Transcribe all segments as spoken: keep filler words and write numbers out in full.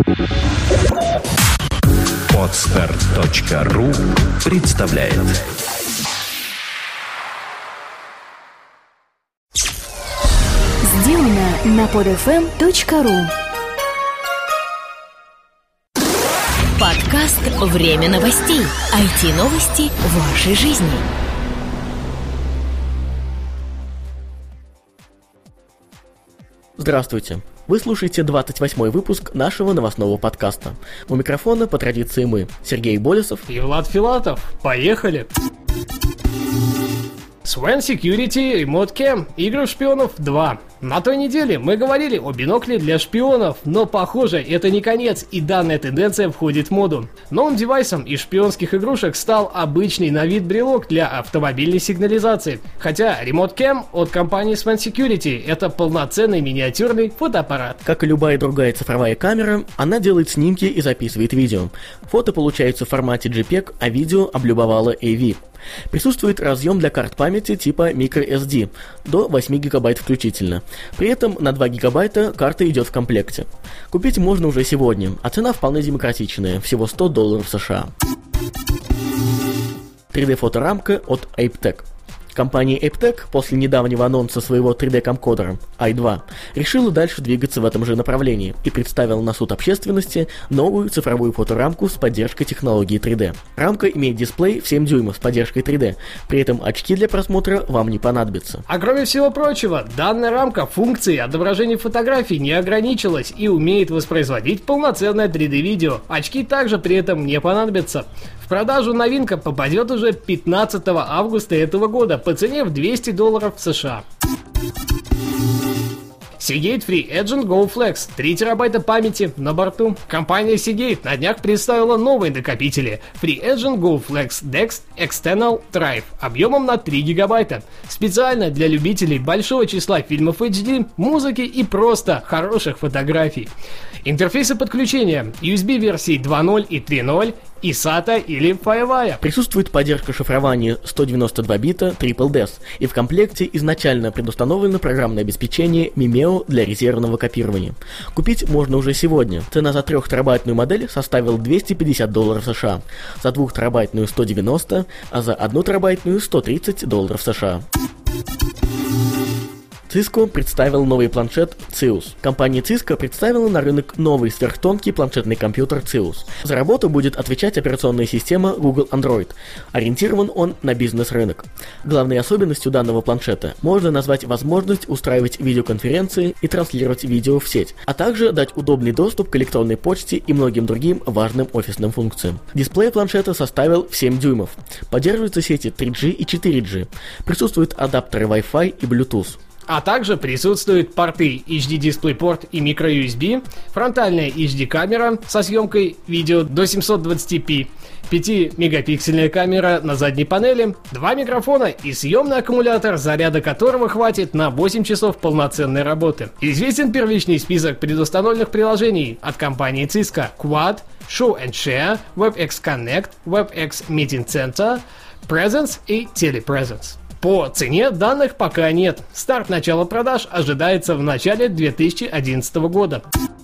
Подстер точка ру представляет. Сделано на под эф эм точка ру. Подкаст «Время новостей». ай ти-новости вашей жизни. Здравствуйте! Вы слушаете двадцать восьмой выпуск нашего новостного подкаста. У микрофона, по традиции, мы, Сергей Болесов и Влад Филатов. Поехали! Swan Security Remote Cam. Игры шпионов два. На той неделе мы говорили о бинокле для шпионов, но похоже, это не конец, и данная тенденция входит в моду. Новым девайсом из шпионских игрушек стал обычный на вид брелок для автомобильной сигнализации. Хотя Remote Cam от компании Swan Security — это полноценный миниатюрный фотоаппарат. Как и любая другая цифровая камера, она делает снимки и записывает видео. Фото получаются в формате джей пег, а видео облюбовало эй ви. Присутствует разъем для карт памяти типа microSD до восемь гигабайт включительно. При этом на два гигабайта карта идет в комплекте. Купить можно уже сегодня, а цена вполне демократичная, всего сто долларов США. три дэ-фоторамка от ApeTec. Компания ApeTec после недавнего анонса своего три дэ-камкодера ай два решила дальше двигаться в этом же направлении и представила на суд общественности новую цифровую фоторамку с поддержкой технологии три дэ. Рамка имеет дисплей в семь дюймов с поддержкой три дэ, при этом очки для просмотра вам не понадобятся. А кроме всего прочего, данная рамка функцией отображения фотографий не ограничилась и умеет воспроизводить полноценное три дэ-видео. Очки также при этом не понадобятся. В продажу новинка попадет уже пятнадцатого августа этого года по цене в двести долларов США. Seagate FreeAgent Go Flex. три терабайта памяти на борту. Компания Seagate на днях представила новые накопители FreeAgent Go Flex Dex External Drive объемом на три гигабайта. Специально для любителей большого числа фильмов эйч ди, музыки и просто хороших фотографий. Интерфейсы подключения ю эс би версии два ноль и три ноль, и сата или FireWire. Присутствует поддержка шифрования сто девяносто два бита Triple ди эс, и в комплекте изначально предустановлено программное обеспечение Mimeo для резервного копирования. Купить можно уже сегодня. Цена за трехтерабайтную модель составила двести пятьдесят долларов США, за двухтерабайтную сто девяносто, а за однотерабайтную сто тридцать долларов США. Cisco представил новый планшет Cius. Компания Cisco представила на рынок новый сверхтонкий планшетный компьютер Cius. За работу будет отвечать операционная система Google Android. Ориентирован он на бизнес-рынок. Главной особенностью данного планшета можно назвать возможность устраивать видеоконференции и транслировать видео в сеть, а также дать удобный доступ к электронной почте и многим другим важным офисным функциям. Дисплей планшета составил в семь дюймов. Поддерживаются сети три джи и четыре джи. Присутствуют адаптеры Wi-Fi и Bluetooth. А также присутствуют порты эйч ди DisplayPort и microю эс би, фронтальная эйч ди камера со съемкой видео до семьсот двадцать пи, пятимегапиксельная камера на задней панели, два микрофона и съемный аккумулятор, заряда которого хватит на восемь часов полноценной работы. Известен первичный список предустановленных приложений от компании Cisco: Quad, Show and Share, WebEx Connect, WebEx Meeting Center, Presence и Telepresence. По цене данных пока нет. Старт начала продаж ожидается в начале две тысячи одиннадцатого года.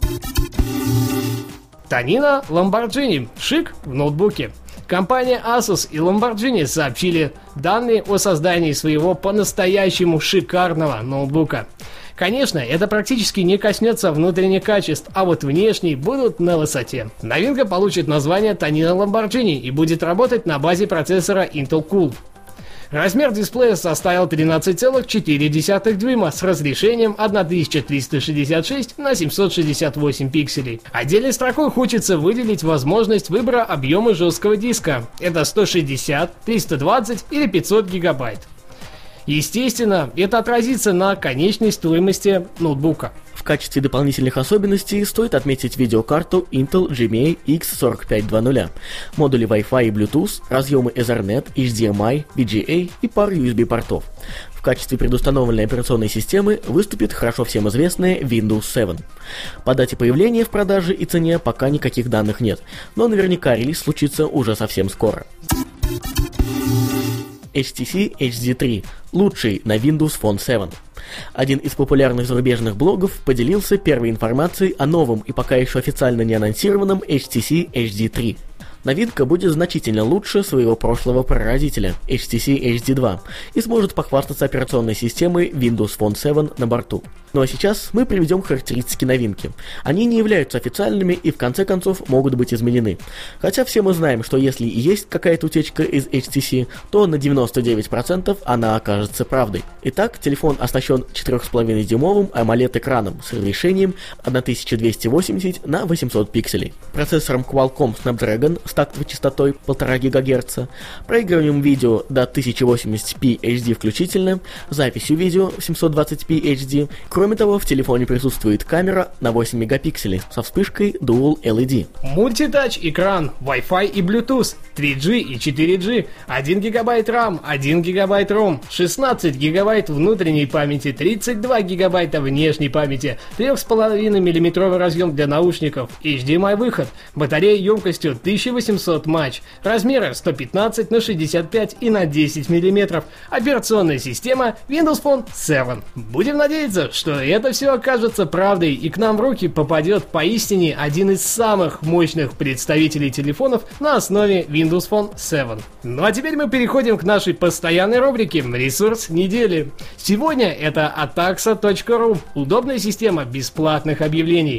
Tonino Lamborghini. Шик в ноутбуке. Компания Asus и Lamborghini сообщили данные о создании своего по-настоящему шикарного ноутбука. Конечно, это практически не коснется внутренних качеств, а вот внешние будут на высоте. Новинка получит название Tonino Lamborghini и будет работать на базе процессора Intel Cool. Размер дисплея составил тринадцать целых четыре десятых дюйма с разрешением тысяча триста шестьдесят шесть на семьсот шестьдесят восемь пикселей. Отдельной строкой хочется выделить возможность выбора объема жесткого диска. Это сто шестьдесят, триста двадцать или пятьсот гигабайт. Естественно, это отразится на конечной стоимости ноутбука. В качестве дополнительных особенностей стоит отметить видеокарту Intel джи эм эй икс сорок пять двадцать, модули Wi-Fi и Bluetooth, разъемы Ethernet, эйч ди эм ай, ви джи эй и пару ю эс би портов. В качестве предустановленной операционной системы выступит хорошо всем известная Windows семь. По дате появления в продаже и цене пока никаких данных нет, но наверняка релиз случится уже совсем скоро. эйч ти си эйч ди три – лучший на Windows Phone семь. Один из популярных зарубежных блогов поделился первой информацией о новом и пока еще официально не анонсированном эйч ти си эйч ди три. Новинка будет значительно лучше своего прошлого прародителя эйч ти си эйч ди два и сможет похвастаться операционной системой Windows Phone семь на борту. Ну а сейчас мы приведем характеристики новинки. Они не являются официальными и в конце концов могут быть изменены. Хотя все мы знаем, что если и есть какая-то утечка из эйч ти си, то на девяносто девять процентов она окажется правдой. Итак, телефон оснащен четыре и пять дюймовым AMOLED-экраном с разрешением тысяча двести восемьдесят на восемьсот пикселей, процессором Qualcomm Snapdragon с тактовой частотой полтора гигагерца, проигрыванием видео до тысяча восемьдесят пи эйч ди включительно, записью видео в семьсот двадцать пи эйч ди. Кроме того, в телефоне присутствует камера на восемь мегапикселей со вспышкой Dual эл и ди. Мультитач экран, Wi-Fi и Bluetooth, три джи и четыре джи, один гигабайт RAM, один гигабайт ром, шестнадцать гигабайт внутренней памяти, тридцать два гигабайта внешней памяти, три и пять миллиметровый разъем для наушников, эйч ди эм ай выход, батарея емкостью тысяча восемьсот матч, размеры сто пятнадцать на шестьдесят пять и на десять миллиметров, операционная система Windows Phone семь. Будем надеяться, что это все окажется правдой и к нам в руки попадет поистине один из самых мощных представителей телефонов на основе Windows Phone семь. Ну а теперь мы переходим к нашей постоянной рубрике «Ресурс недели». Сегодня это атакса точка ру, удобная система бесплатных объявлений.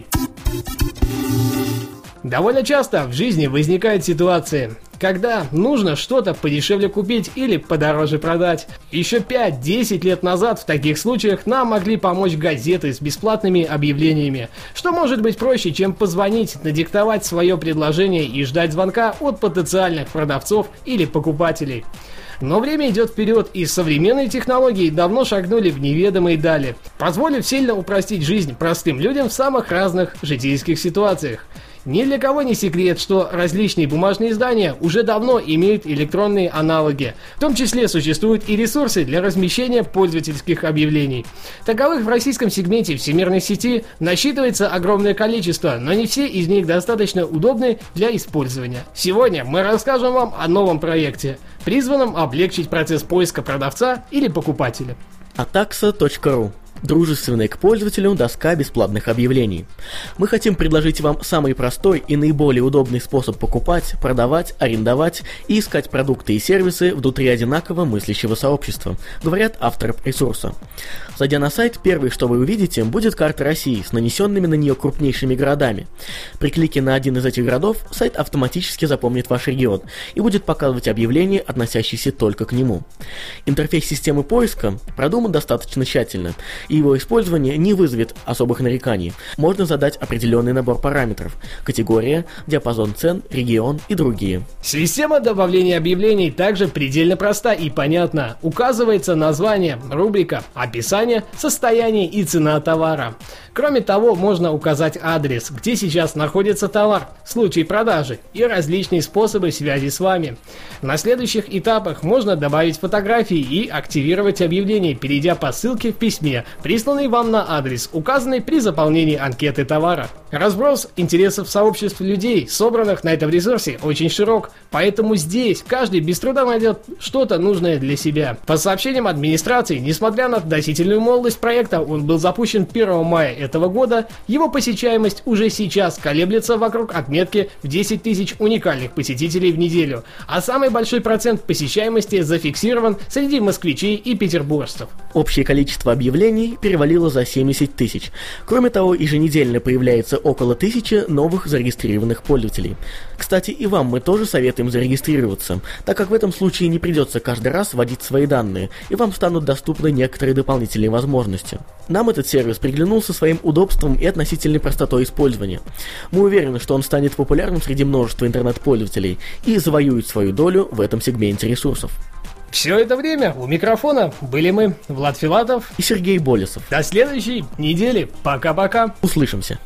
Довольно часто в жизни возникают ситуации, когда нужно что-то подешевле купить или подороже продать. Еще пять-десять лет назад в таких случаях нам могли помочь газеты с бесплатными объявлениями. Что может быть проще, чем позвонить, надиктовать свое предложение и ждать звонка от потенциальных продавцов или покупателей. Но время идет вперед, и современные технологии давно шагнули в неведомые дали, позволив сильно упростить жизнь простым людям в самых разных житейских ситуациях. Ни для кого не секрет, что различные бумажные издания уже давно имеют электронные аналоги. В том числе существуют и ресурсы для размещения пользовательских объявлений. Таковых в российском сегменте всемирной сети насчитывается огромное количество, но не все из них достаточно удобны для использования. Сегодня мы расскажем вам о новом проекте, призванном облегчить процесс поиска продавца или покупателя. атакса точка ру. Дружественная к пользователю доска бесплатных объявлений. Мы хотим предложить вам самый простой и наиболее удобный способ покупать, продавать, арендовать и искать продукты и сервисы внутри одинаково мыслящего сообщества, говорят авторы ресурса. Зайдя на сайт, первое, что вы увидите, будет карта России с нанесенными на нее крупнейшими городами. При клике на один из этих городов сайт автоматически запомнит ваш регион и будет показывать объявления, относящиеся только к нему. Интерфейс системы поиска продуман достаточно тщательно, и его использование не вызовет особых нареканий. Можно задать определенный набор параметров: категория, диапазон цен, регион и другие. Система добавления объявлений также предельно проста и понятна. Указывается название, рубрика, описание, состояние и цена товара. Кроме того, можно указать адрес, где сейчас находится товар, случай продажи и различные способы связи с вами. На следующих этапах можно добавить фотографии и активировать объявление, перейдя по ссылке в письме, присланный вам на адрес, указанный при заполнении анкеты товара. Разброс интересов сообществ людей, собранных на этом ресурсе, очень широк, поэтому здесь каждый без труда найдет что-то нужное для себя. По сообщениям администрации, несмотря на относительную молодость проекта, он был запущен первого мая этого года, его посещаемость уже сейчас колеблется вокруг отметки в десять тысяч уникальных посетителей в неделю, а самый большой процент посещаемости зафиксирован среди москвичей и петербуржцев. Общее количество объявлений перевалило за семьдесят тысяч. Кроме того, еженедельно появляется около тысячи новых зарегистрированных пользователей. Кстати, и вам мы тоже советуем зарегистрироваться, так как в этом случае не придется каждый раз вводить свои данные, и вам станут доступны некоторые дополнительные возможности. Нам этот сервис приглянулся своим удобством и относительной простотой использования. Мы уверены, что он станет популярным среди множества интернет-пользователей и завоюет свою долю в этом сегменте ресурсов. Все это время у микрофона были мы, Влад Филатов и Сергей Болесов. До следующей недели. Пока-пока. Услышимся.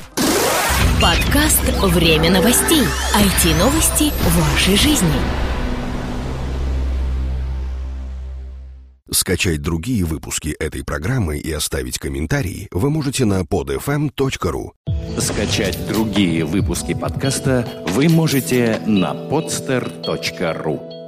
Подкаст «Время новостей». ай ти-новости вашей жизни. Скачать другие выпуски этой программы и оставить комментарии вы можете на под эф эм точка ру. Скачать другие выпуски подкаста вы можете на подстер точка ру.